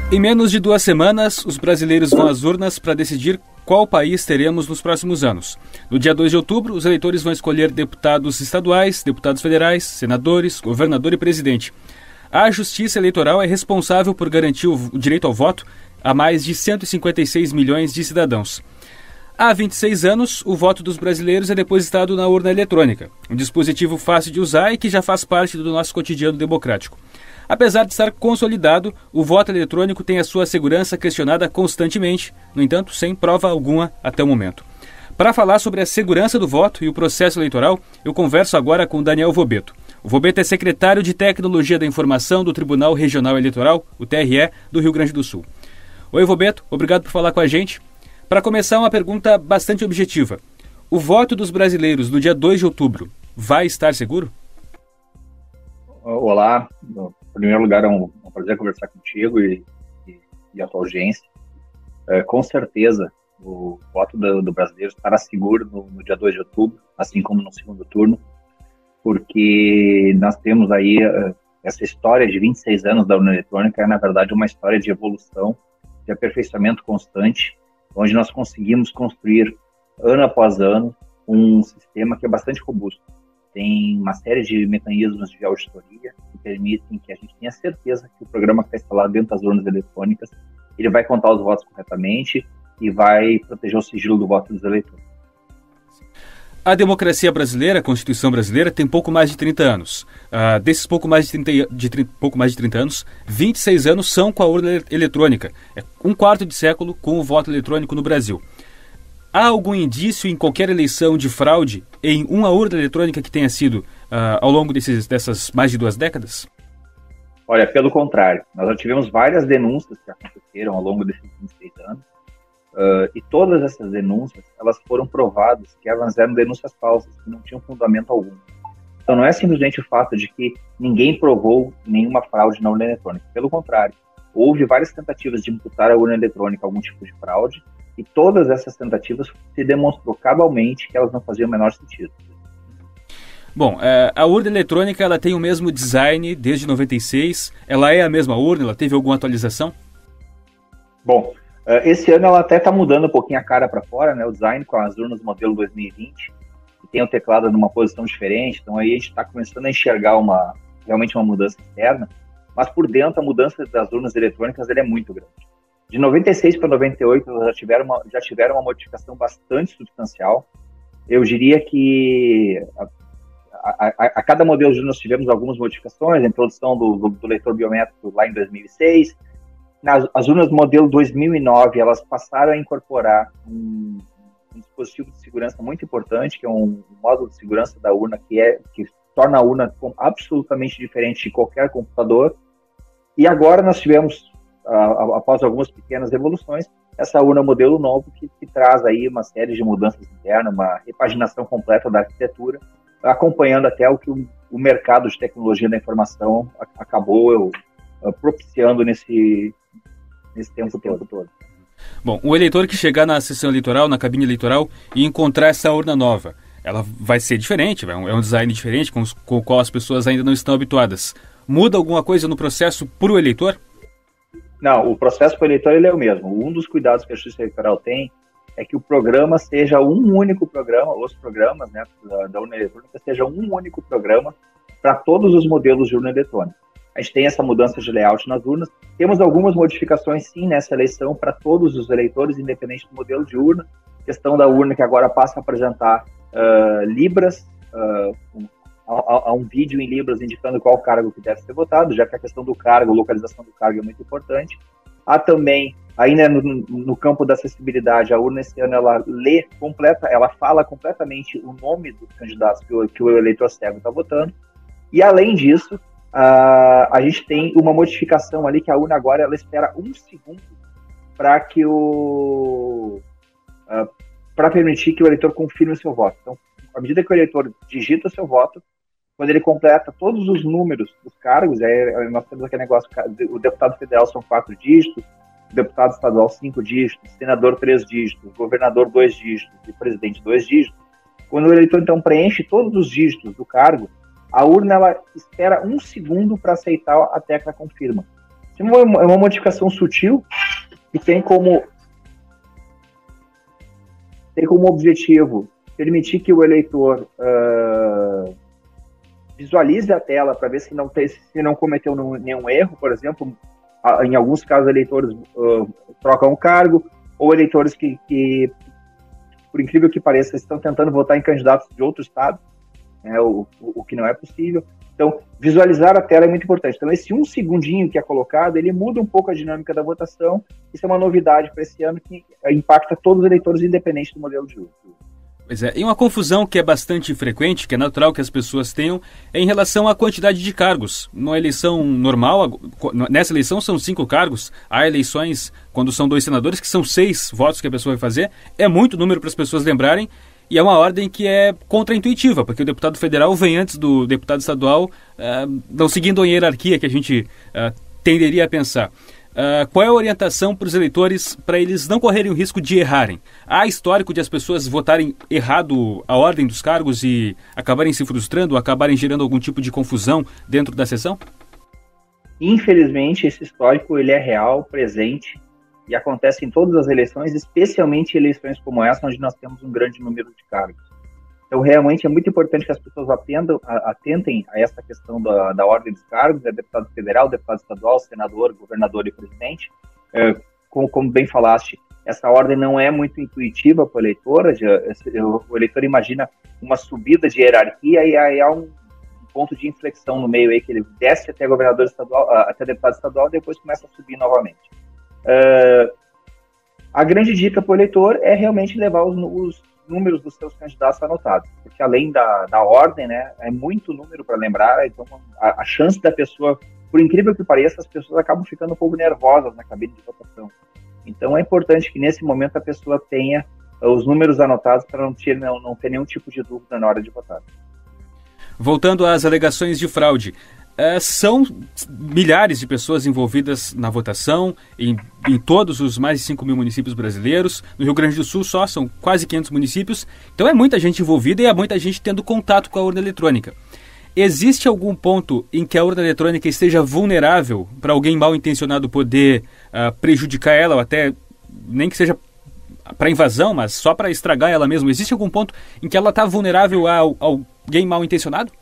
Em menos de 2 semanas, os brasileiros vão às urnas para decidir qual país teremos nos próximos anos. No dia 2 de outubro, os eleitores vão escolher deputados estaduais, deputados federais, senadores, governador e presidente. A Justiça Eleitoral é responsável por garantir o direito ao voto a mais de 156 milhões de cidadãos. Há 26 anos, o voto dos brasileiros é depositado na urna eletrônica, um dispositivo fácil de usar e que já faz parte do nosso cotidiano democrático. Apesar de estar consolidado, o voto eletrônico tem a sua segurança questionada constantemente, no entanto, sem prova alguma até o momento. Para falar sobre a segurança do voto e o processo eleitoral, eu converso agora com Daniel Vobeto. O Vobeto é secretário de Tecnologia da Informação do Tribunal Regional Eleitoral, o TRE, do Rio Grande do Sul. Oi, Vobeto, obrigado por falar com a gente. Para começar, uma pergunta bastante objetiva. O voto dos brasileiros no dia 2 de outubro vai estar seguro? Olá, em primeiro lugar é um prazer conversar contigo e a tua audiência. Com certeza o voto do brasileiro estará seguro no dia 2 de outubro, assim como no segundo turno, porque nós temos aí essa história de 26 anos da urna eletrônica, é na verdade uma história de evolução, de aperfeiçoamento constante, onde nós conseguimos construir ano após ano um sistema que é bastante robusto. Tem uma série de mecanismos de auditoria que permitem que a gente tenha certeza que o programa que está instalado dentro das urnas eletrônicas, ele vai contar os votos corretamente e vai proteger o sigilo do voto dos eleitores. A democracia brasileira, a Constituição brasileira, tem pouco mais de 30 anos. Desses pouco mais de 30 anos, 26 anos são com a urna eletrônica. É um quarto de século com o voto eletrônico no Brasil. Há algum indício em qualquer eleição de fraude em uma urna eletrônica que tenha sido ao longo dessas mais de 2 décadas? Olha, pelo contrário, nós já tivemos várias denúncias que aconteceram ao longo desses 26 anos e todas essas denúncias, elas foram provadas que elas eram denúncias falsas, que não tinham fundamento algum. Então não é simplesmente o fato de que ninguém provou nenhuma fraude na urna eletrônica. Pelo contrário, houve várias tentativas de imputar à urna eletrônica algum tipo de fraude, e todas essas tentativas se demonstrou cabalmente que elas não faziam o menor sentido. Bom, a urna eletrônica ela tem o mesmo design desde 96. Ela é a mesma urna? Ela teve alguma atualização? Bom, esse ano ela até está mudando um pouquinho a cara para fora, né? O design com as urnas modelo 2020, que tem o teclado numa posição diferente. Então aí a gente está começando a enxergar realmente uma mudança externa. Mas por dentro a mudança das urnas eletrônicas ela é muito grande. De 96 para 98, elas já tiveram uma modificação bastante substancial. Eu diria que a cada modelo de nós tivemos algumas modificações, a introdução do leitor biométrico lá em 2006. As urnas modelo 2009, elas passaram a incorporar um dispositivo de segurança muito importante, que é um módulo de segurança da urna, que torna a urna absolutamente diferente de qualquer computador. E agora nós tivemos, após algumas pequenas evoluções, essa urna modelo novo que traz aí uma série de mudanças internas, uma repaginação completa da arquitetura, acompanhando até o que o mercado de tecnologia da informação acabou propiciando nesse tempo todo. Bom, o eleitor que chegar na sessão eleitoral, na cabine eleitoral, e encontrar essa urna nova, ela vai ser diferente, é um design diferente com o qual as pessoas ainda não estão habituadas. Muda alguma coisa no processo para o eleitor? Não, o processo para o eleitor ele é o mesmo. Um dos cuidados que a Justiça Eleitoral tem é que o programa seja um único programa, os programas, né, da urna eletrônica seja um único programa para todos os modelos de urna eletrônica. A gente tem essa mudança de layout nas urnas. Temos algumas modificações, sim, nessa eleição para todos os eleitores, independente do modelo de urna. A questão da urna que agora passa a apresentar libras, há um vídeo em libras indicando qual cargo que deve ser votado, já que a questão do cargo, localização do cargo é muito importante. Há também, ainda no campo da acessibilidade, a urna esse ano ela fala completamente o nome dos candidatos que o eleitor cego está votando. E além disso, a gente tem uma modificação ali que a urna agora ela espera 1 segundo para permitir que o eleitor confirme o seu voto. Então, à medida que o eleitor digita o seu voto, quando ele completa todos os números dos cargos, nós temos aquele negócio, o deputado federal são 4 dígitos, o deputado estadual 5 dígitos, senador 3 dígitos, governador 2 dígitos e presidente 2 dígitos. Quando o eleitor, então, preenche todos os dígitos do cargo, a urna ela espera 1 segundo para aceitar a tecla confirma. É uma modificação sutil que tem como objetivo permitir que o eleitor visualize a tela para ver se não cometeu nenhum erro, por exemplo. Em alguns casos, eleitores trocam o cargo, ou eleitores que, por incrível que pareça, estão tentando votar em candidatos de outro estado, o que não é possível. Então, visualizar a tela é muito importante. Então, esse 1 segundinho que é colocado, ele muda um pouco a dinâmica da votação. Isso é uma novidade para esse ano que impacta todos os eleitores, independente do modelo de uso. Pois é, e uma confusão que é bastante frequente, que é natural que as pessoas tenham, é em relação à quantidade de cargos. Numa eleição normal, nessa eleição são 5 cargos, há eleições, quando são 2 senadores, que são 6 votos que a pessoa vai fazer, é muito número para as pessoas lembrarem, e é uma ordem que é contraintuitiva, porque o deputado federal vem antes do deputado estadual, não seguindo a hierarquia que a gente tenderia a pensar. Qual é a orientação para os eleitores para eles não correrem o risco de errarem? Há histórico de as pessoas votarem errado a ordem dos cargos e acabarem se frustrando, acabarem gerando algum tipo de confusão dentro da sessão? Infelizmente, esse histórico ele é real, presente, e acontece em todas as eleições, especialmente eleições como essa, onde nós temos um grande número de cargos. Então, realmente, é muito importante que as pessoas atentem a essa questão da ordem dos cargos, deputado federal, deputado estadual, senador, governador e presidente. Como bem falaste, essa ordem não é muito intuitiva para o eleitor. O eleitor imagina uma subida de hierarquia e aí há um ponto de inflexão no meio aí, que ele desce até governador estadual, até deputado estadual, e depois começa a subir novamente. A grande dica para o eleitor é realmente levar os números dos seus candidatos anotados, porque além da ordem, né, é muito número para lembrar, então a chance da pessoa, por incrível que pareça, as pessoas acabam ficando um pouco nervosas na cabine de votação. Então é importante que nesse momento a pessoa tenha os números anotados para não ter nenhum tipo de dúvida na hora de votar. Voltando às alegações de fraude, são milhares de pessoas envolvidas na votação em todos os mais de 5 mil municípios brasileiros. No Rio Grande do Sul só são quase 500 municípios. Então é muita gente envolvida e há muita gente tendo contato com a urna eletrônica. Existe algum ponto em que a urna eletrônica esteja vulnerável para alguém mal intencionado poder prejudicar ela, ou até nem que seja para invasão, mas só para estragar ela mesma? Existe algum ponto em que ela está vulnerável a alguém mal intencionado?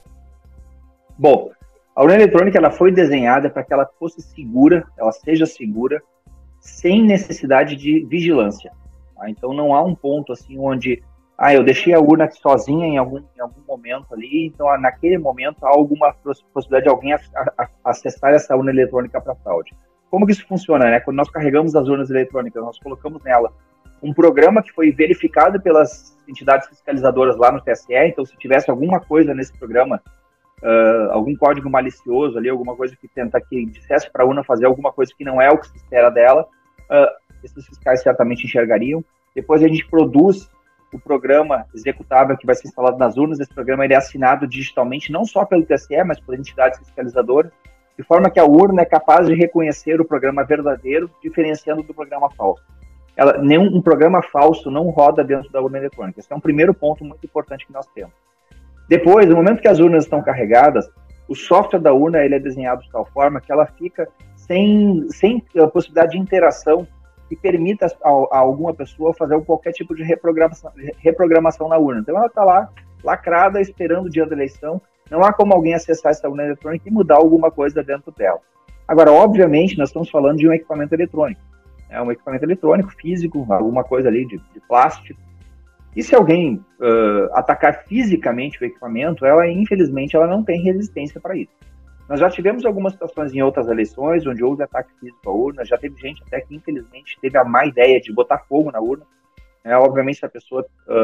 Bom, a urna eletrônica ela foi desenhada para que ela fosse segura, ela seja segura, sem necessidade de vigilância. Tá? Então não há um ponto assim onde eu deixei a urna sozinha em algum momento ali, então naquele momento há alguma possibilidade de alguém acessar essa urna eletrônica para fraude. Como que isso funciona, né? Quando nós carregamos as urnas eletrônicas, nós colocamos nela um programa que foi verificado pelas entidades fiscalizadoras lá no TSE, então se tivesse alguma coisa nesse programa, algum código malicioso ali, alguma coisa que dissesse para a urna fazer alguma coisa que não é o que se espera dela, esses fiscais certamente enxergariam. Depois a gente produz o programa executável que vai ser instalado nas urnas. Esse programa ele é assinado digitalmente, não só pelo TSE, mas por entidades fiscalizadoras, de forma que a urna é capaz de reconhecer o programa verdadeiro, diferenciando do programa falso. Nenhum programa falso não roda dentro da urna eletrônica. Esse é um primeiro ponto muito importante que nós temos. Depois, no momento que as urnas estão carregadas, o software da urna ele é desenhado de tal forma que ela fica sem a possibilidade de interação que permita a alguma pessoa fazer qualquer tipo de reprogramação na urna. Então ela está lá, lacrada, esperando o dia da eleição. Não há como alguém acessar essa urna eletrônica e mudar alguma coisa dentro dela. Agora, obviamente, nós estamos falando de um equipamento eletrônico. É um equipamento eletrônico, físico, alguma coisa ali de plástico. E se alguém atacar fisicamente o equipamento, infelizmente, ela não tem resistência para isso. Nós já tivemos algumas situações em outras eleições, onde houve ataque físico à urna, já teve gente até que, infelizmente, teve a má ideia de botar fogo na urna. Obviamente, a pessoa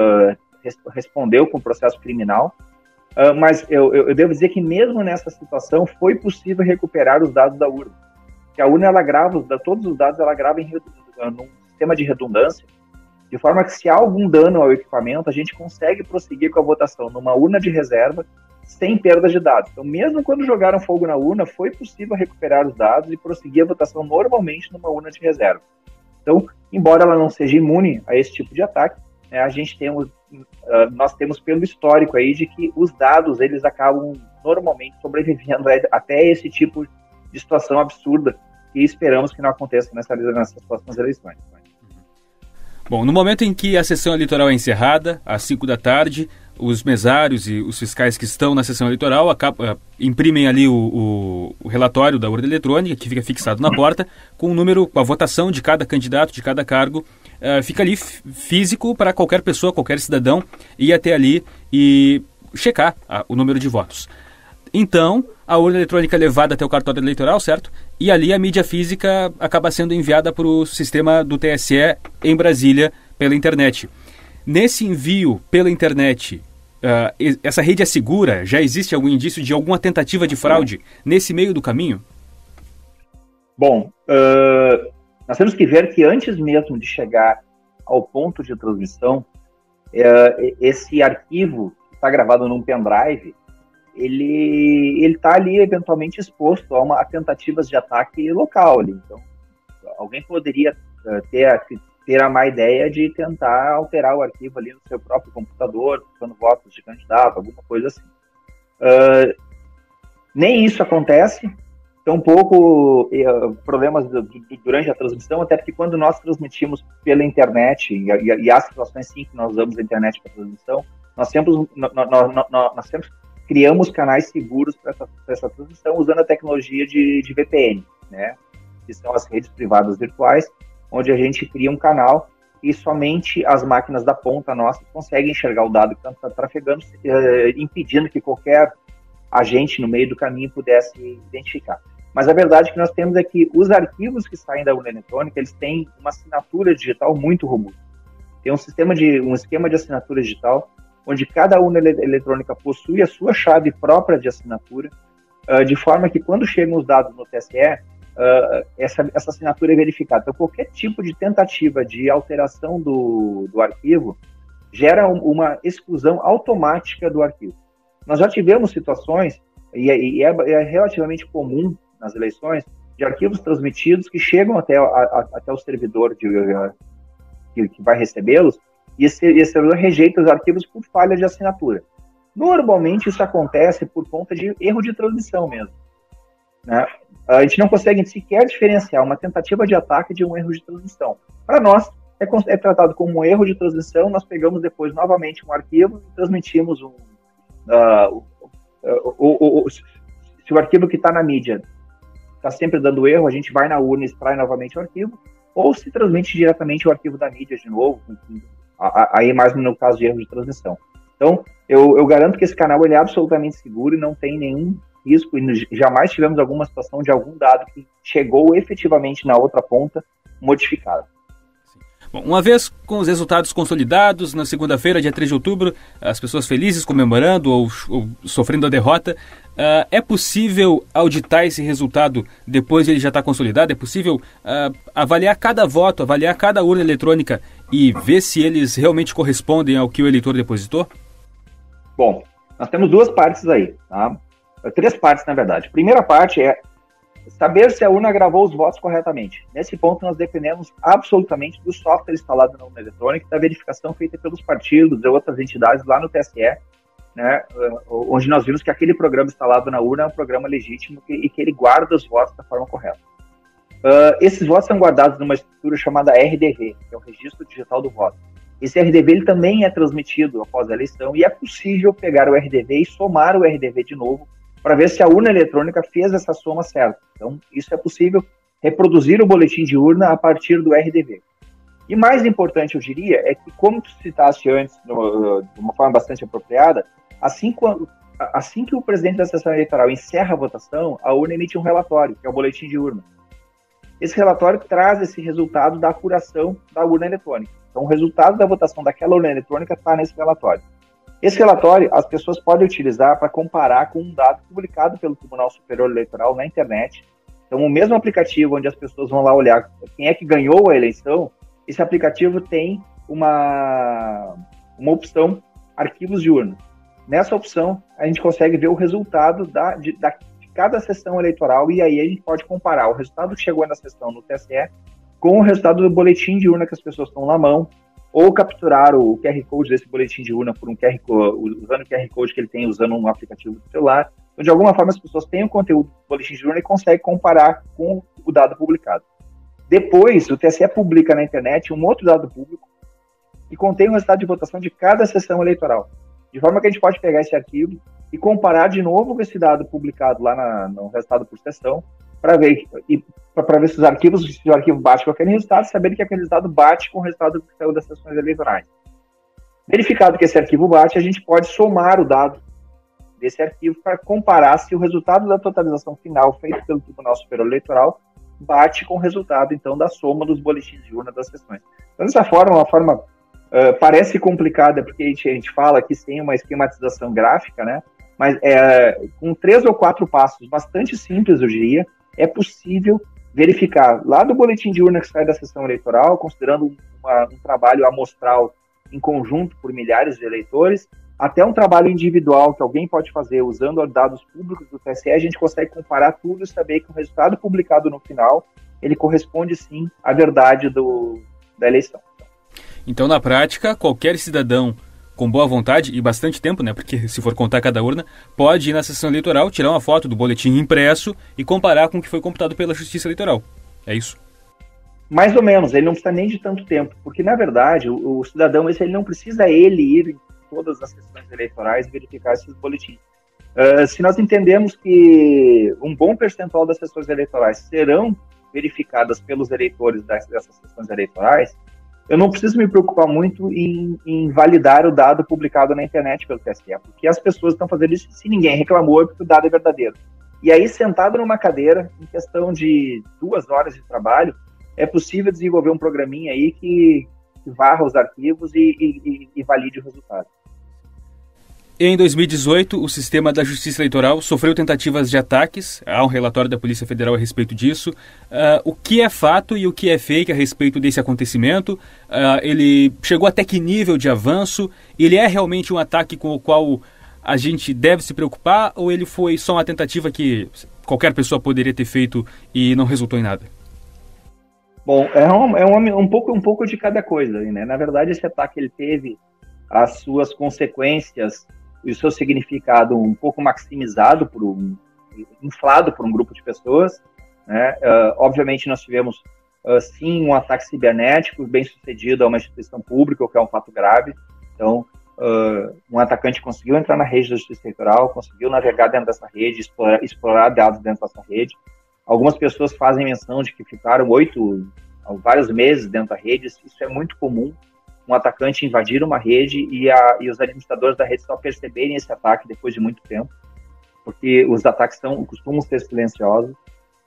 respondeu com processo criminal, mas eu devo dizer que mesmo nessa situação foi possível recuperar os dados da urna. Que a urna, ela grava, todos os dados, ela grava num sistema de redundância, de forma que se há algum dano ao equipamento, a gente consegue prosseguir com a votação numa urna de reserva sem perda de dados. Então, mesmo quando jogaram fogo na urna, foi possível recuperar os dados e prosseguir a votação normalmente numa urna de reserva. Então, embora ela não seja imune a esse tipo de ataque, nós temos pelo histórico aí de que os dados, eles acabam normalmente sobrevivendo até esse tipo de situação absurda e esperamos que não aconteça nessas próximas eleições. Bom, no momento em que a sessão eleitoral é encerrada, às 5 da tarde, os mesários e os fiscais que estão na sessão eleitoral imprimem ali o relatório da urna eletrônica, que fica fixado na porta, com o número, com a votação de cada candidato, de cada cargo, fica ali físico para qualquer pessoa, qualquer cidadão ir até ali e checar o número de votos. Então, a urna eletrônica é levada até o cartório eleitoral, certo? E ali a mídia física acaba sendo enviada para o sistema do TSE em Brasília pela internet. Nesse envio pela internet, essa rede é segura? Já existe algum indício de alguma tentativa de fraude nesse meio do caminho? Bom, nós temos que ver que antes mesmo de chegar ao ponto de transmissão, esse arquivo que está gravado num pendrive, ele está ali eventualmente exposto a tentativas de ataque local ali. Então, alguém poderia ter a má ideia de tentar alterar o arquivo ali no seu próprio computador, buscando votos de candidato, alguma coisa assim. Nem isso acontece, tampouco problemas durante a transmissão, até porque quando nós transmitimos pela internet, e há situações sim que nós usamos a internet para transmissão, nós sempre criamos canais seguros para essa transmissão usando a tecnologia de VPN, né? Que são as redes privadas virtuais, onde a gente cria um canal e somente as máquinas da ponta nossa conseguem enxergar o dado que está trafegando, impedindo que qualquer agente no meio do caminho pudesse identificar. Mas a verdade que nós temos é que os arquivos que saem da urna eletrônica, eles têm uma assinatura digital muito robusta. Tem um esquema de assinatura digital, onde cada urna eletrônica possui a sua chave própria de assinatura, de forma que quando chegam os dados no TSE, essa assinatura é verificada. Então, qualquer tipo de tentativa de alteração do arquivo gera uma exclusão automática do arquivo. Nós já tivemos situações, e é relativamente comum nas eleições, de arquivos transmitidos que chegam até o servidor que vai recebê-los, e esse servidor rejeita os arquivos por falha de assinatura. Normalmente isso acontece por conta de erro de transmissão mesmo, né? A gente não consegue sequer diferenciar uma tentativa de ataque de um erro de transmissão. Para nós, é tratado como um erro de transmissão, nós pegamos depois novamente um arquivo e transmitimos se o arquivo que está na mídia está sempre dando erro, a gente vai na urna e extrai novamente o arquivo, ou se transmite diretamente o arquivo da mídia de novo, aí mais no caso de erro de transmissão. Então, eu garanto que esse canal ele é absolutamente seguro e não tem nenhum risco, e jamais tivemos alguma situação de algum dado que chegou efetivamente na outra ponta modificado. Bom, uma vez com os resultados consolidados, na segunda-feira, dia 3 de outubro, as pessoas felizes comemorando ou sofrendo a derrota, é possível auditar esse resultado depois de ele já estar consolidado? É possível avaliar cada voto, avaliar cada urna eletrônica e ver se eles realmente correspondem ao que o eleitor depositou? Bom, nós temos duas partes aí, tá? Três partes, na verdade. A primeira parte é saber se a urna gravou os votos corretamente. Nesse ponto, nós dependemos absolutamente do software instalado na urna eletrônica, da verificação feita pelos partidos e outras entidades lá no TSE, né, onde nós vimos que aquele programa instalado na urna é um programa legítimo e que ele guarda os votos da forma correta. Esses votos são guardados numa estrutura chamada RDV, que é o Registro Digital do Voto. Esse RDV ele também é transmitido após a eleição e é possível pegar o RDV e somar o RDV de novo para ver se a urna eletrônica fez essa soma certa. Então, isso é possível reproduzir o boletim de urna a partir do RDV. E mais importante, eu diria, é que, como tu citaste antes, de uma forma bastante apropriada, assim que o presidente da sessão eleitoral encerra a votação, a urna emite um relatório, que é o boletim de urna. Esse relatório traz esse resultado da apuração da urna eletrônica. Então, o resultado da votação daquela urna eletrônica está nesse relatório. Esse relatório as pessoas podem utilizar para comparar com um dado publicado pelo Tribunal Superior Eleitoral na internet. Então, o mesmo aplicativo onde as pessoas vão lá olhar quem é que ganhou a eleição, esse aplicativo tem uma opção arquivos de urna. Nessa opção, a gente consegue ver o resultado de cada sessão eleitoral e aí a gente pode comparar o resultado que chegou na sessão no TSE com o resultado do boletim de urna que as pessoas estão na mão, ou capturar o QR Code desse boletim de urna por usando o QR Code que ele tem usando um aplicativo do celular, Então, de alguma forma, as pessoas têm o conteúdo do boletim de urna e conseguem comparar com o dado publicado. Depois, o TSE publica na internet um outro dado público que contém o resultado de votação de cada sessão eleitoral. De forma que a gente pode pegar esse arquivo e comparar de novo com esse dado publicado lá no resultado por sessão, para ver se se o arquivo bate com aquele resultado, sabendo que aquele resultado bate com o resultado que saiu das sessões eleitorais. Verificado que esse arquivo bate, a gente pode somar o dado desse arquivo para comparar se o resultado da totalização final feito pelo Tribunal Superior Eleitoral bate com o resultado, então, da soma dos boletins de urna das sessões. Então, dessa forma, uma forma parece complicada, porque a gente fala aqui sem uma esquematização gráfica, né? Mas com 3 ou 4 passos bastante simples, eu diria, é possível verificar lá do boletim de urna que sai da sessão eleitoral, considerando um trabalho amostral em conjunto por milhares de eleitores, até um trabalho individual que alguém pode fazer usando dados públicos do TSE, a gente consegue comparar tudo e saber que o resultado publicado no final, ele corresponde sim à verdade da eleição. Então, na prática, qualquer cidadão com boa vontade e bastante tempo, né, porque se for contar cada urna, pode ir na sessão eleitoral, tirar uma foto do boletim impresso e comparar com o que foi computado pela Justiça Eleitoral. É isso? Mais ou menos, ele não precisa nem de tanto tempo, porque, na verdade, o cidadão, ele não precisa ir em todas as sessões eleitorais e verificar esses boletins. Se nós entendemos que um bom percentual das sessões eleitorais serão verificadas pelos eleitores dessas sessões eleitorais, eu não preciso me preocupar muito em validar o dado publicado na internet pelo TSE, porque as pessoas estão fazendo isso, se ninguém reclamou, é porque o dado é verdadeiro. E aí, sentado numa cadeira, em questão de 2 horas de trabalho, é possível desenvolver um programinha aí que varra os arquivos e valide o resultado. Em 2018, o sistema da Justiça Eleitoral sofreu tentativas de ataques. Há um relatório da Polícia Federal a respeito disso. O que é fato e o que é fake a respeito desse acontecimento? Ele chegou até que nível de avanço? Ele é realmente um ataque com o qual a gente deve se preocupar? Ou ele foi só uma tentativa que qualquer pessoa poderia ter feito e não resultou em nada? Bom, um pouco de cada coisa, né? Na verdade, esse ataque ele teve as suas consequências e o seu significado um pouco maximizado, inflado por um grupo de pessoas, né? Obviamente, nós tivemos, sim, um ataque cibernético bem sucedido a uma instituição pública, o que é um fato grave. Então, um atacante conseguiu entrar na rede da Justiça Eleitoral, conseguiu navegar dentro dessa rede, explorar dados dentro dessa rede. Algumas pessoas fazem menção de que ficaram vários meses dentro da rede. Isso é muito comum. Um atacante invadir uma rede e os administradores da rede só perceberem esse ataque depois de muito tempo, porque os ataques costumam ser silenciosos.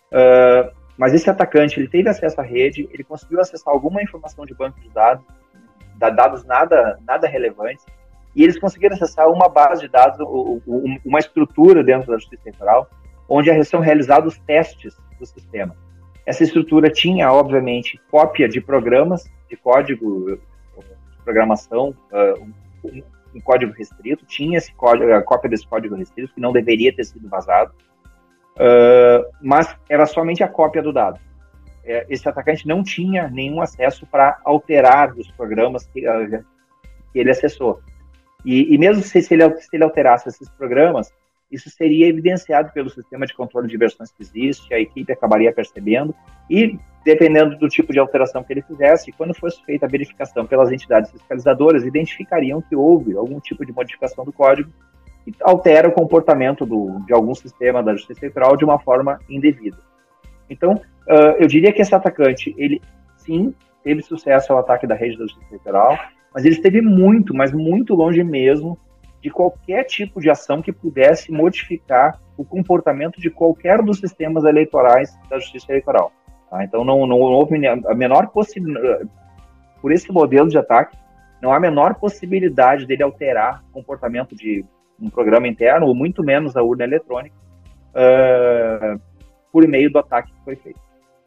Mas esse atacante, ele teve acesso à rede, ele conseguiu acessar alguma informação de banco de dados, dados nada relevantes, e eles conseguiram acessar uma base de dados, uma estrutura dentro da Justiça Eleitoral, onde são realizados testes do sistema. Essa estrutura tinha, obviamente, cópia de programas de código programação, um código restrito, tinha a cópia desse código restrito, que não deveria ter sido vazado, mas era somente a cópia do dado. Esse atacante não tinha nenhum acesso para alterar os programas que ele acessou. E mesmo se ele alterasse esses programas, isso seria evidenciado pelo sistema de controle de versões que existe, a equipe acabaria percebendo, e dependendo do tipo de alteração que ele fizesse, quando fosse feita a verificação pelas entidades fiscalizadoras, identificariam que houve algum tipo de modificação do código que altera o comportamento de algum sistema da Justiça Eleitoral de uma forma indevida. Então, eu diria que esse atacante, ele sim teve sucesso ao ataque da rede da Justiça Eleitoral, mas ele esteve muito, mas muito longe mesmo de qualquer tipo de ação que pudesse modificar o comportamento de qualquer dos sistemas eleitorais da Justiça Eleitoral. Tá? Então, não houve a menor possibilidade, por esse modelo de ataque, não há a menor possibilidade dele alterar o comportamento de um programa interno, ou muito menos a urna eletrônica, por meio do ataque que foi feito.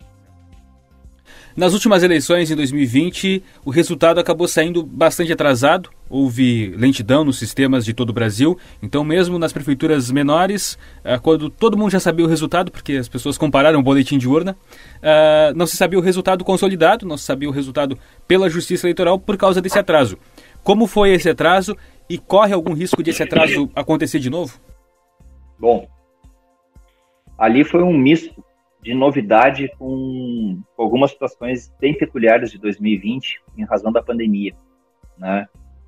Nas últimas eleições, em 2020, o resultado acabou saindo bastante atrasado. Houve lentidão nos sistemas de todo o Brasil. Então, mesmo nas prefeituras menores, quando todo mundo já sabia o resultado, porque as pessoas compararam o boletim de urna, não se sabia o resultado consolidado, não se sabia o resultado pela Justiça Eleitoral por causa desse atraso. Como foi esse atraso e corre algum risco de esse atraso acontecer de novo? Bom, ali foi um misto de novidade com algumas situações bem peculiares de 2020, em razão da pandemia, né?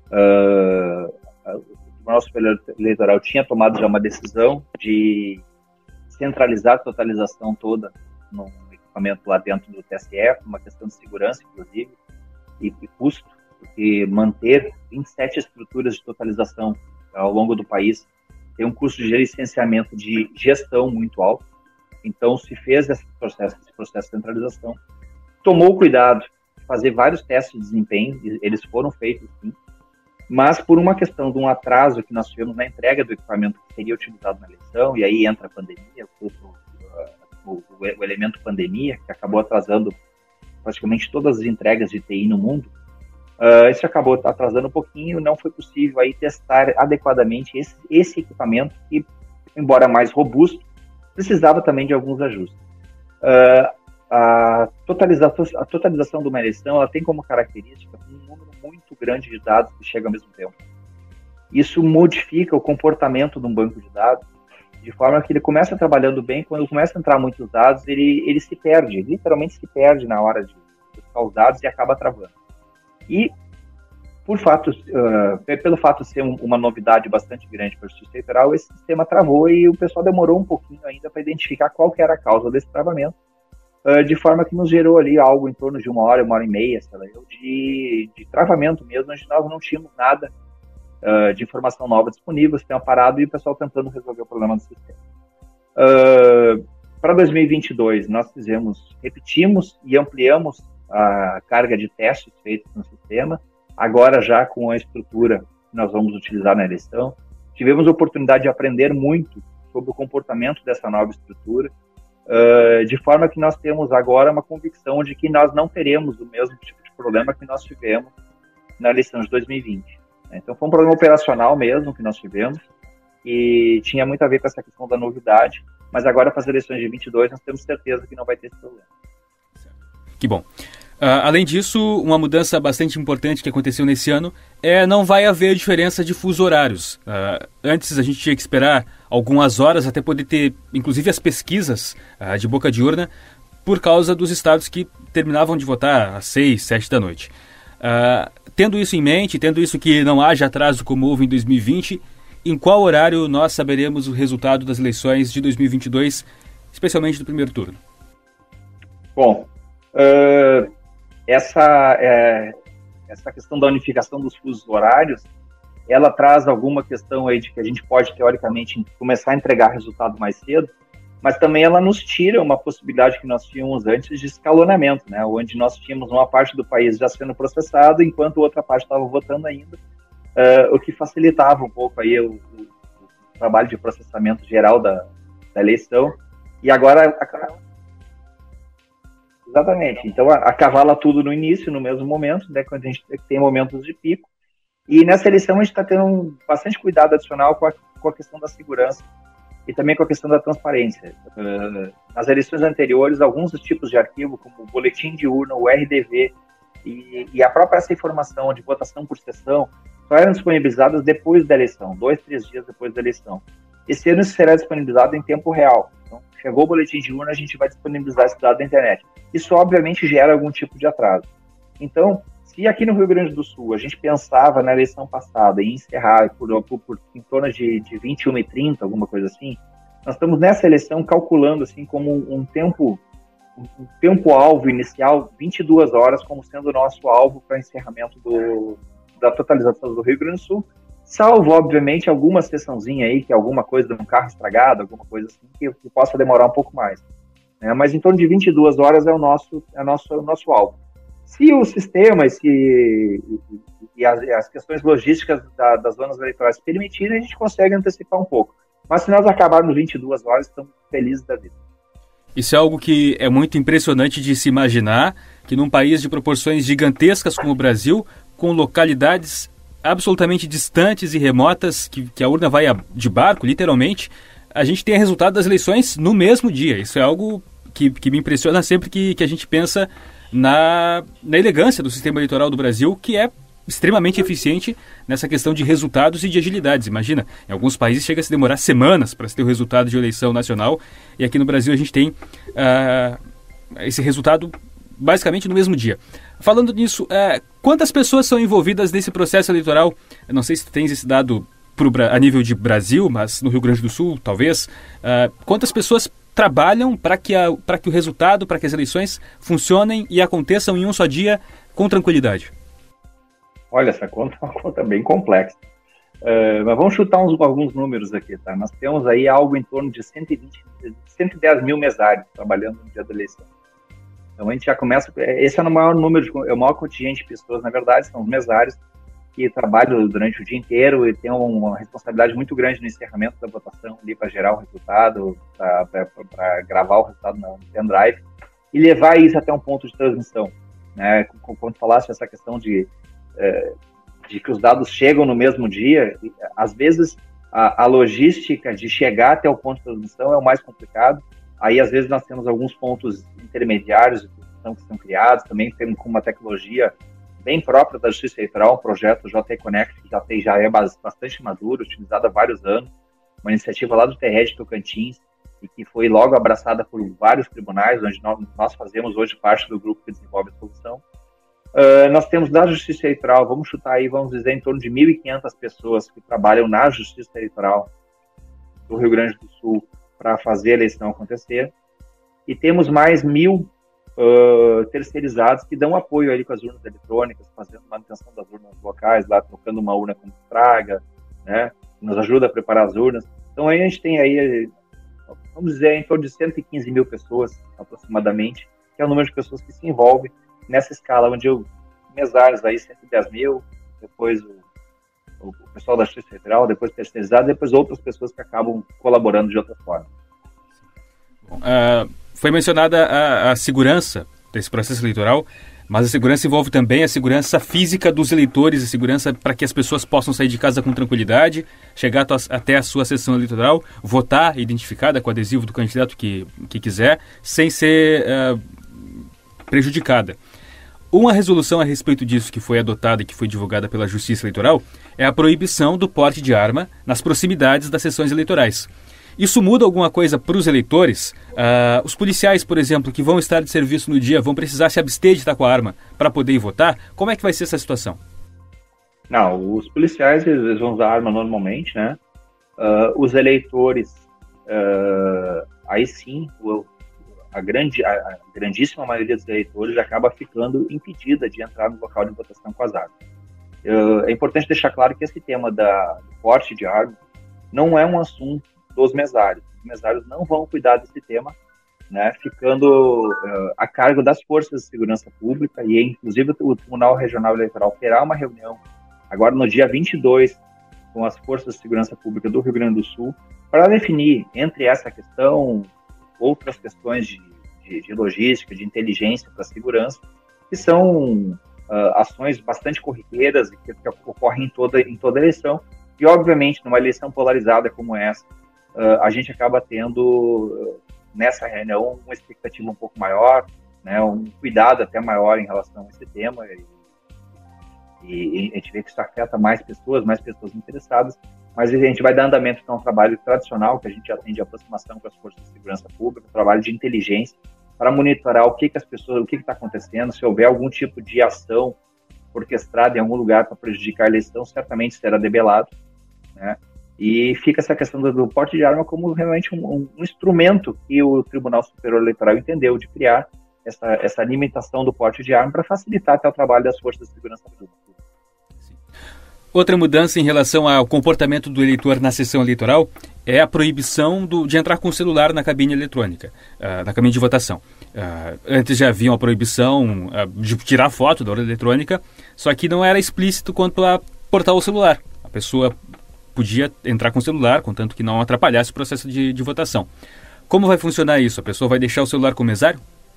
O Tribunal Superior Eleitoral tinha tomado já uma decisão de centralizar a totalização toda no equipamento lá dentro do TSE, uma questão de segurança, inclusive, e custo, porque manter 27 estruturas de totalização ao longo do país tem um custo de licenciamento de gestão muito alto. Então, se fez esse processo de centralização, tomou cuidado de fazer vários testes de desempenho, eles foram feitos, sim, mas por uma questão de um atraso que nós tivemos na entrega do equipamento que seria utilizado na eleição, e aí entra a pandemia, o elemento pandemia, que acabou atrasando praticamente todas as entregas de TI no mundo, isso acabou atrasando um pouquinho, não foi possível aí testar adequadamente esse equipamento, que, embora mais robusto, precisava também de alguns ajustes. A totalização de uma eleição, ela tem como característica um número muito grande de dados que chegam ao mesmo tempo. Isso modifica o comportamento de um banco de dados, de forma que ele começa trabalhando bem, quando começa a entrar muitos dados, ele se perde, literalmente se perde na hora de buscar os dados e acaba travando. E, pelo fato de ser uma novidade bastante grande para a Justiça Eleitoral, esse sistema travou e o pessoal demorou um pouquinho ainda para identificar qual que era a causa desse travamento, de forma que nos gerou ali algo em torno de uma hora e meia, de travamento mesmo, onde nós não tínhamos nada de informação nova disponível, o sistema parado e o pessoal tentando resolver o problema do sistema. Para 2022, nós repetimos e ampliamos a carga de testes feitos no sistema, agora já com a estrutura que nós vamos utilizar na eleição. Tivemos a oportunidade de aprender muito sobre o comportamento dessa nova estrutura, de forma que nós temos agora uma convicção de que nós não teremos o mesmo tipo de problema que nós tivemos na eleição de 2020. Então foi um problema operacional mesmo que nós tivemos, e tinha muito a ver com essa questão da novidade, mas agora para as eleições de 22 nós temos certeza que não vai ter esse problema. Que bom. Além disso, uma mudança bastante importante que aconteceu nesse ano não vai haver diferença de fuso horários. Antes a gente tinha que esperar algumas horas até poder ter, inclusive, as pesquisas de boca de urna, por causa dos estados que terminavam de votar às 6, 7 da noite. Tendo isso em mente, tendo isso que não haja atraso como houve em 2020, em qual horário nós saberemos o resultado das eleições de 2022, especialmente do primeiro turno? Bom, essa questão da unificação dos fusos horários, ela traz alguma questão aí de que a gente pode, teoricamente, começar a entregar resultado mais cedo, mas também ela nos tira uma possibilidade que nós tínhamos antes de escalonamento, né? Onde nós tínhamos uma parte do país já sendo processado, enquanto outra parte estava votando ainda, o que facilitava um pouco aí o trabalho de processamento geral da eleição. E agora... Exatamente. Então, acavala tudo no início, no mesmo momento, né, quando a gente tem momentos de pico. E nessa eleição a gente está tendo bastante cuidado adicional com a questão da segurança e também com a questão da transparência. Nas eleições anteriores, alguns dos tipos de arquivo, como o boletim de urna, o RDV e a própria essa informação de votação por sessão, só eram disponibilizadas depois da eleição, 2-3 dias depois da eleição. Esse ano isso será disponibilizado em tempo real. Então, chegou o boletim de urna, a gente vai disponibilizar esse dado na internet. Isso, obviamente, gera algum tipo de atraso. Então, se aqui no Rio Grande do Sul a gente pensava na eleição passada em encerrar em torno de 21h30, alguma coisa assim, nós estamos nessa eleição calculando assim como um tempo-alvo inicial, 22 horas, como sendo o nosso alvo para encerramento da totalização do Rio Grande do Sul, salvo, obviamente, alguma sessãozinha aí, que é alguma coisa de um carro estragado, alguma coisa assim, que possa demorar um pouco mais. Mas em torno de 22 horas é o nosso alvo. Se o sistema e as questões logísticas das zonas eleitorais permitirem, a gente consegue antecipar um pouco. Mas se nós acabarmos 22 horas, estamos felizes da vida. Isso é algo que é muito impressionante de se imaginar, que num país de proporções gigantescas como o Brasil, com localidades absolutamente distantes e remotas, que a urna vai de barco, literalmente, a gente tem o resultado das eleições no mesmo dia. Isso é algo que me impressiona sempre que a gente pensa na elegância do sistema eleitoral do Brasil, que é extremamente eficiente nessa questão de resultados e de agilidades. Imagina, em alguns países chega a se demorar semanas para se ter o resultado de eleição nacional, e aqui no Brasil a gente tem esse resultado basicamente no mesmo dia. Falando nisso, quantas pessoas são envolvidas nesse processo eleitoral? Eu não sei se tu tens esse dado a nível de Brasil, mas no Rio Grande do Sul, talvez. Quantas pessoas trabalham para que o resultado, para que as eleições funcionem e aconteçam em um só dia com tranquilidade? Olha, essa conta é uma conta bem complexa. Mas vamos chutar alguns números aqui, tá? Nós temos aí algo em torno de 110 mil mesários trabalhando no dia da eleição. Então a gente já começa. Esse é o maior número, é o maior contingente de pessoas, na verdade, são os mesários que trabalham durante o dia inteiro e têm uma responsabilidade muito grande no encerramento da votação, ali para gerar o resultado, para gravar o resultado no pendrive e levar isso até um ponto de transmissão. Né? Quando falasse essa questão de que os dados chegam no mesmo dia, às vezes a logística de chegar até o ponto de transmissão é o mais complicado. Aí, às vezes, nós temos alguns pontos intermediários que são criados, também temos com uma tecnologia bem própria da Justiça Eleitoral, um projeto JT Connect, que já é bastante maduro, utilizado há vários anos, uma iniciativa lá do TRE de Tocantins, e que foi logo abraçada por vários tribunais, onde nós fazemos hoje parte do grupo que desenvolve a solução. Nós temos da Justiça Eleitoral, vamos chutar aí, vamos dizer, em torno de 1.500 pessoas que trabalham na Justiça Eleitoral do Rio Grande do Sul para fazer a eleição acontecer. E temos mais 1.000 terceirizados que dão apoio ali com as urnas eletrônicas, fazendo manutenção das urnas locais, lá trocando uma urna com praga, né? Nos ajuda a preparar as urnas. Então aí a gente tem aí, vamos dizer, em torno de 115 mil pessoas, aproximadamente, que é o número de pessoas que se envolvem nessa escala, onde mesários aí 110 mil, depois o pessoal da Justiça Federal, depois terceirizado, depois outras pessoas que acabam colaborando de outra forma. Foi mencionada a segurança desse processo eleitoral, mas a segurança envolve também a segurança física dos eleitores, a segurança para que as pessoas possam sair de casa com tranquilidade, chegar até a sua sessão eleitoral, votar identificada com o adesivo do candidato que quiser, sem ser prejudicada. Uma resolução a respeito disso que foi adotada e que foi divulgada pela Justiça Eleitoral é a proibição do porte de arma nas proximidades das sessões eleitorais. Isso muda alguma coisa para os eleitores? Os policiais, por exemplo, que vão estar de serviço no dia, vão precisar se abster de estar com a arma para poder ir votar? Como é que vai ser essa situação? Não, os policiais eles vão usar arma normalmente, né? Os eleitores, aí sim, a grandíssima maioria dos eleitores acaba ficando impedida de entrar no local de votação com as armas. É importante deixar claro que esse tema do porte de arma não é um assunto dos mesários. Os mesários não vão cuidar desse tema, né, ficando a cargo das forças de segurança pública, e inclusive o Tribunal Regional Eleitoral terá uma reunião agora no dia 22 com as forças de segurança pública do Rio Grande do Sul para definir, entre essa questão, outras questões de logística, de inteligência para a segurança, que são ações bastante corriqueiras e que ocorrem em toda eleição. E, obviamente, numa eleição polarizada como essa, a gente acaba tendo, nessa reunião, uma expectativa um pouco maior, né, um cuidado até maior em relação a esse tema, e a gente vê que isso afeta mais pessoas interessadas, mas a gente vai dar andamento a um trabalho tradicional, que a gente já tem de aproximação com as forças de segurança pública, um trabalho de inteligência, para monitorar o que está acontecendo, se houver algum tipo de ação orquestrada em algum lugar para prejudicar a eleição, certamente será debelado, né? E fica essa questão do porte de arma como realmente um instrumento que o Tribunal Superior Eleitoral entendeu de criar essa limitação do porte de arma para facilitar até o trabalho das forças de segurança pública. Outra mudança em relação ao comportamento do eleitor na sessão eleitoral é a proibição de entrar com o celular na cabine eletrônica, na cabine de votação. Antes já havia uma proibição de tirar foto da urna eletrônica, só que não era explícito quanto a portar o celular. A pessoa podia entrar com o celular, contanto que não atrapalhasse o processo de votação. Como vai funcionar isso? A pessoa vai deixar o celular com o mesário?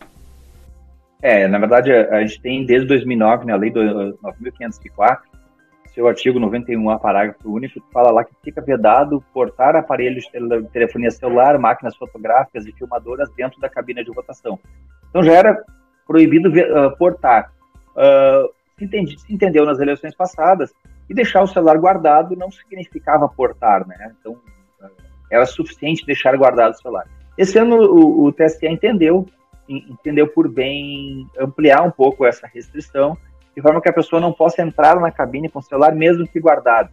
Na verdade, a gente tem desde 2009, né, a Lei 9.504, seu artigo 91A, parágrafo único, que fala lá que fica vedado portar aparelhos de telefonia celular, máquinas fotográficas e filmadoras dentro da cabine de votação. Então já era proibido portar. se entendeu nas eleições passadas e deixar o celular guardado não significava portar, né? Então, era suficiente deixar guardado o celular. Esse ano o TSE entendeu por bem ampliar um pouco essa restrição, de forma que a pessoa não possa entrar na cabine com o celular mesmo que guardado.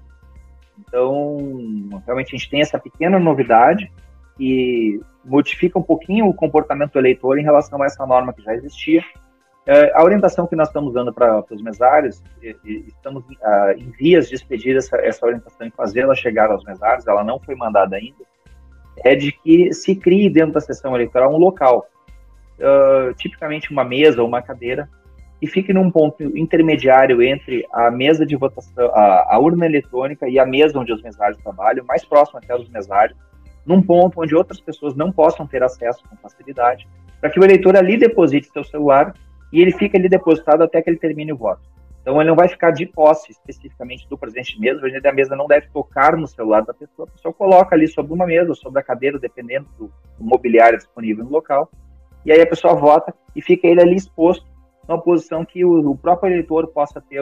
Então, realmente a gente tem essa pequena novidade que modifica um pouquinho o comportamento do eleitor em relação a essa norma que já existia. A orientação que nós estamos dando para os mesários, estamos em vias de expedir essa orientação e fazê-la chegar aos mesários, ela não foi mandada ainda, é de que se crie dentro da sessão eleitoral um local, tipicamente uma mesa ou uma cadeira, e fique num ponto intermediário entre a mesa de votação, a urna eletrônica e a mesa onde os mesários trabalham, mais próximo até dos mesários, num ponto onde outras pessoas não possam ter acesso com facilidade, para que o eleitor ali deposite seu celular e ele fica ali depositado até que ele termine o voto. Então ele não vai ficar de posse especificamente do presidente de mesa, o presidente da mesa não deve tocar no celular da pessoa, a pessoa coloca ali sobre uma mesa ou sobre a cadeira, dependendo do mobiliário disponível no local, e aí a pessoa vota e fica ele ali exposto numa posição que o próprio eleitor possa ter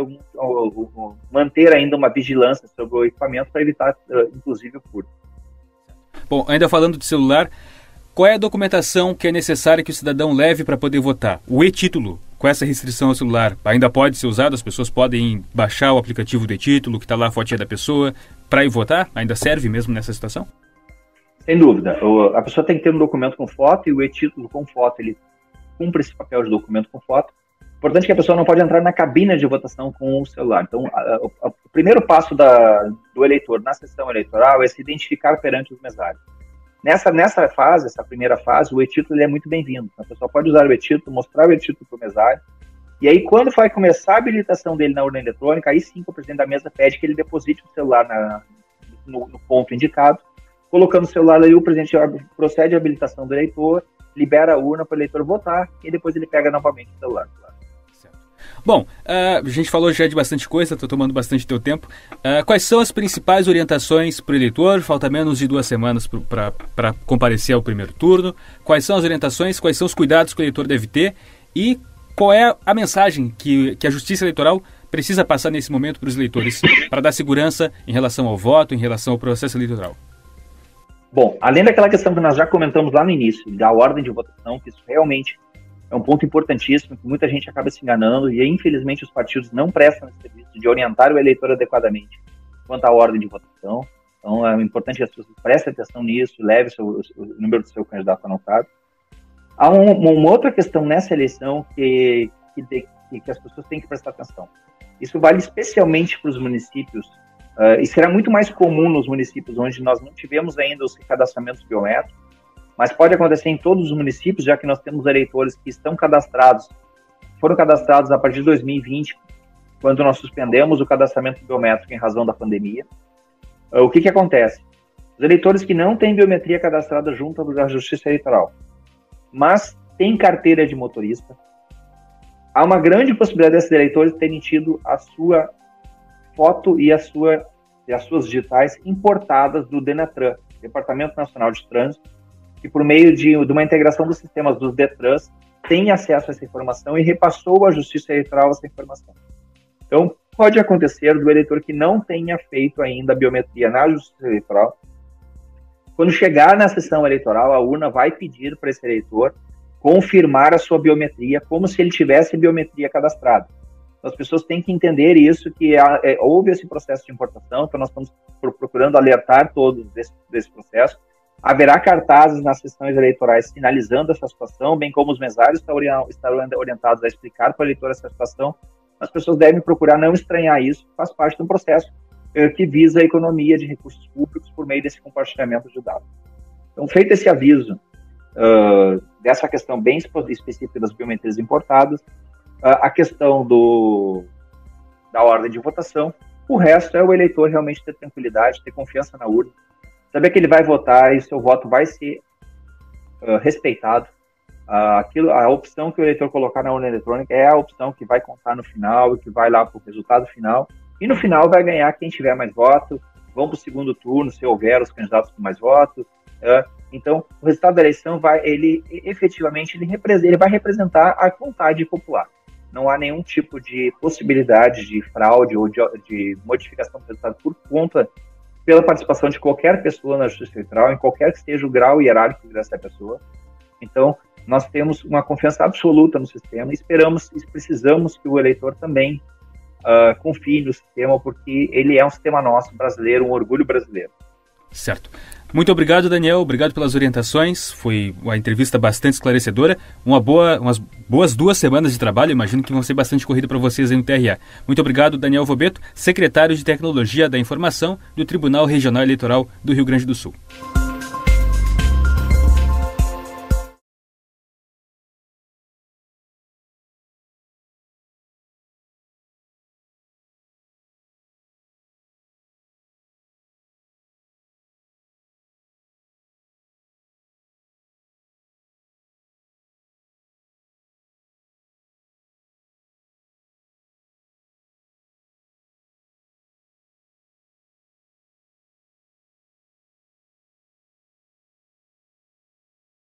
manter ainda uma vigilância sobre o equipamento para evitar, inclusive, o furto. Bom, ainda falando de celular, qual é a documentação que é necessária que o cidadão leve para poder votar? O e-título, com essa restrição ao celular, ainda pode ser usado? As pessoas podem baixar o aplicativo do e-título, que está lá a fotinha da pessoa, para ir votar? Ainda serve mesmo nessa situação? Sem dúvida. A pessoa tem que ter um documento com foto e o e-título com foto, ele cumpre esse papel de documento com foto. Importante que a pessoa não pode entrar na cabine de votação com o celular. Então, o primeiro passo do eleitor na sessão eleitoral é se identificar perante os mesários. Nessa fase, essa primeira fase, o e-título é muito bem-vindo. A pessoa pode usar o e-título, mostrar o e-título para o mesário, e aí quando vai começar a habilitação dele na urna eletrônica, aí sim o presidente da mesa pede que ele deposite o celular no ponto indicado. Colocando o celular ali, o presidente procede à habilitação do eleitor, libera a urna para o eleitor votar, e depois ele pega novamente o celular. Bom, a gente falou já de bastante coisa, estou tomando bastante teu tempo. Quais são as principais orientações para o eleitor? Falta menos de 2 semanas para comparecer ao primeiro turno. Quais são as orientações, quais são os cuidados que o eleitor deve ter e qual é a mensagem que a Justiça Eleitoral precisa passar nesse momento para os eleitores para dar segurança em relação ao voto, em relação ao processo eleitoral? Bom, além daquela questão que nós já comentamos lá no início, da ordem de votação, que isso realmente é um ponto importantíssimo, que muita gente acaba se enganando e, infelizmente, os partidos não prestam esse serviço de orientar o eleitor adequadamente quanto à ordem de votação. Então, é importante que as pessoas prestem atenção nisso, leve o número do seu candidato anotado. Há uma outra questão nessa eleição que as pessoas têm que prestar atenção. Isso vale especialmente para os municípios, e será muito mais comum nos municípios onde nós não tivemos ainda os cadastramentos biométricos, mas pode acontecer em todos os municípios, já que nós temos eleitores que foram cadastrados a partir de 2020, quando nós suspendemos o cadastramento biométrico em razão da pandemia. O que acontece? Os eleitores que não têm biometria cadastrada junto à Justiça Eleitoral, mas têm carteira de motorista, há uma grande possibilidade desses eleitores terem tido a sua foto e as suas digitais importadas do DENATRAN, Departamento Nacional de Trânsito, que por meio de uma integração dos sistemas dos DETRANs tem acesso a essa informação e repassou à Justiça Eleitoral essa informação. Então, pode acontecer do eleitor que não tenha feito ainda a biometria na Justiça Eleitoral. Quando chegar na sessão eleitoral, a urna vai pedir para esse eleitor confirmar a sua biometria, como se ele tivesse biometria cadastrada. Então, as pessoas têm que entender isso, que houve esse processo de importação, então nós estamos procurando alertar todos desse processo. Haverá cartazes nas sessões eleitorais sinalizando essa situação, bem como os mesários estarão orientados a explicar para o eleitor essa situação. As pessoas devem procurar não estranhar isso, faz parte de um processo que visa a economia de recursos públicos por meio desse compartilhamento de dados. Então, feito esse aviso dessa questão bem específica das biometrias importadas, a questão da ordem de votação, o resto é o eleitor realmente ter tranquilidade, ter confiança na urna, saber que ele vai votar e o seu voto vai ser respeitado. A opção que o eleitor colocar na urna eletrônica é a opção que vai contar no final e que vai lá para o resultado final. E no final vai ganhar quem tiver mais votos. Vão para o segundo turno, se houver os candidatos com mais votos. Então, o resultado da eleição efetivamente vai representar a vontade popular. não há nenhum tipo de possibilidade de fraude ou de modificação do resultado por conta, pela participação de qualquer pessoa na Justiça Eleitoral, em qualquer que seja o grau hierárquico dessa pessoa. Então, nós temos uma confiança absoluta no sistema e precisamos que o eleitor também confie no sistema, porque ele é um sistema nosso, brasileiro, um orgulho brasileiro. Certo. Muito obrigado, Daniel. Obrigado pelas orientações. Foi uma entrevista bastante esclarecedora. Umas boas 2 semanas de trabalho. Imagino que vão ser bastante corrida para vocês aí no TRE. Muito obrigado, Daniel Vobeto, secretário de Tecnologia da Informação do Tribunal Regional Eleitoral do Rio Grande do Sul.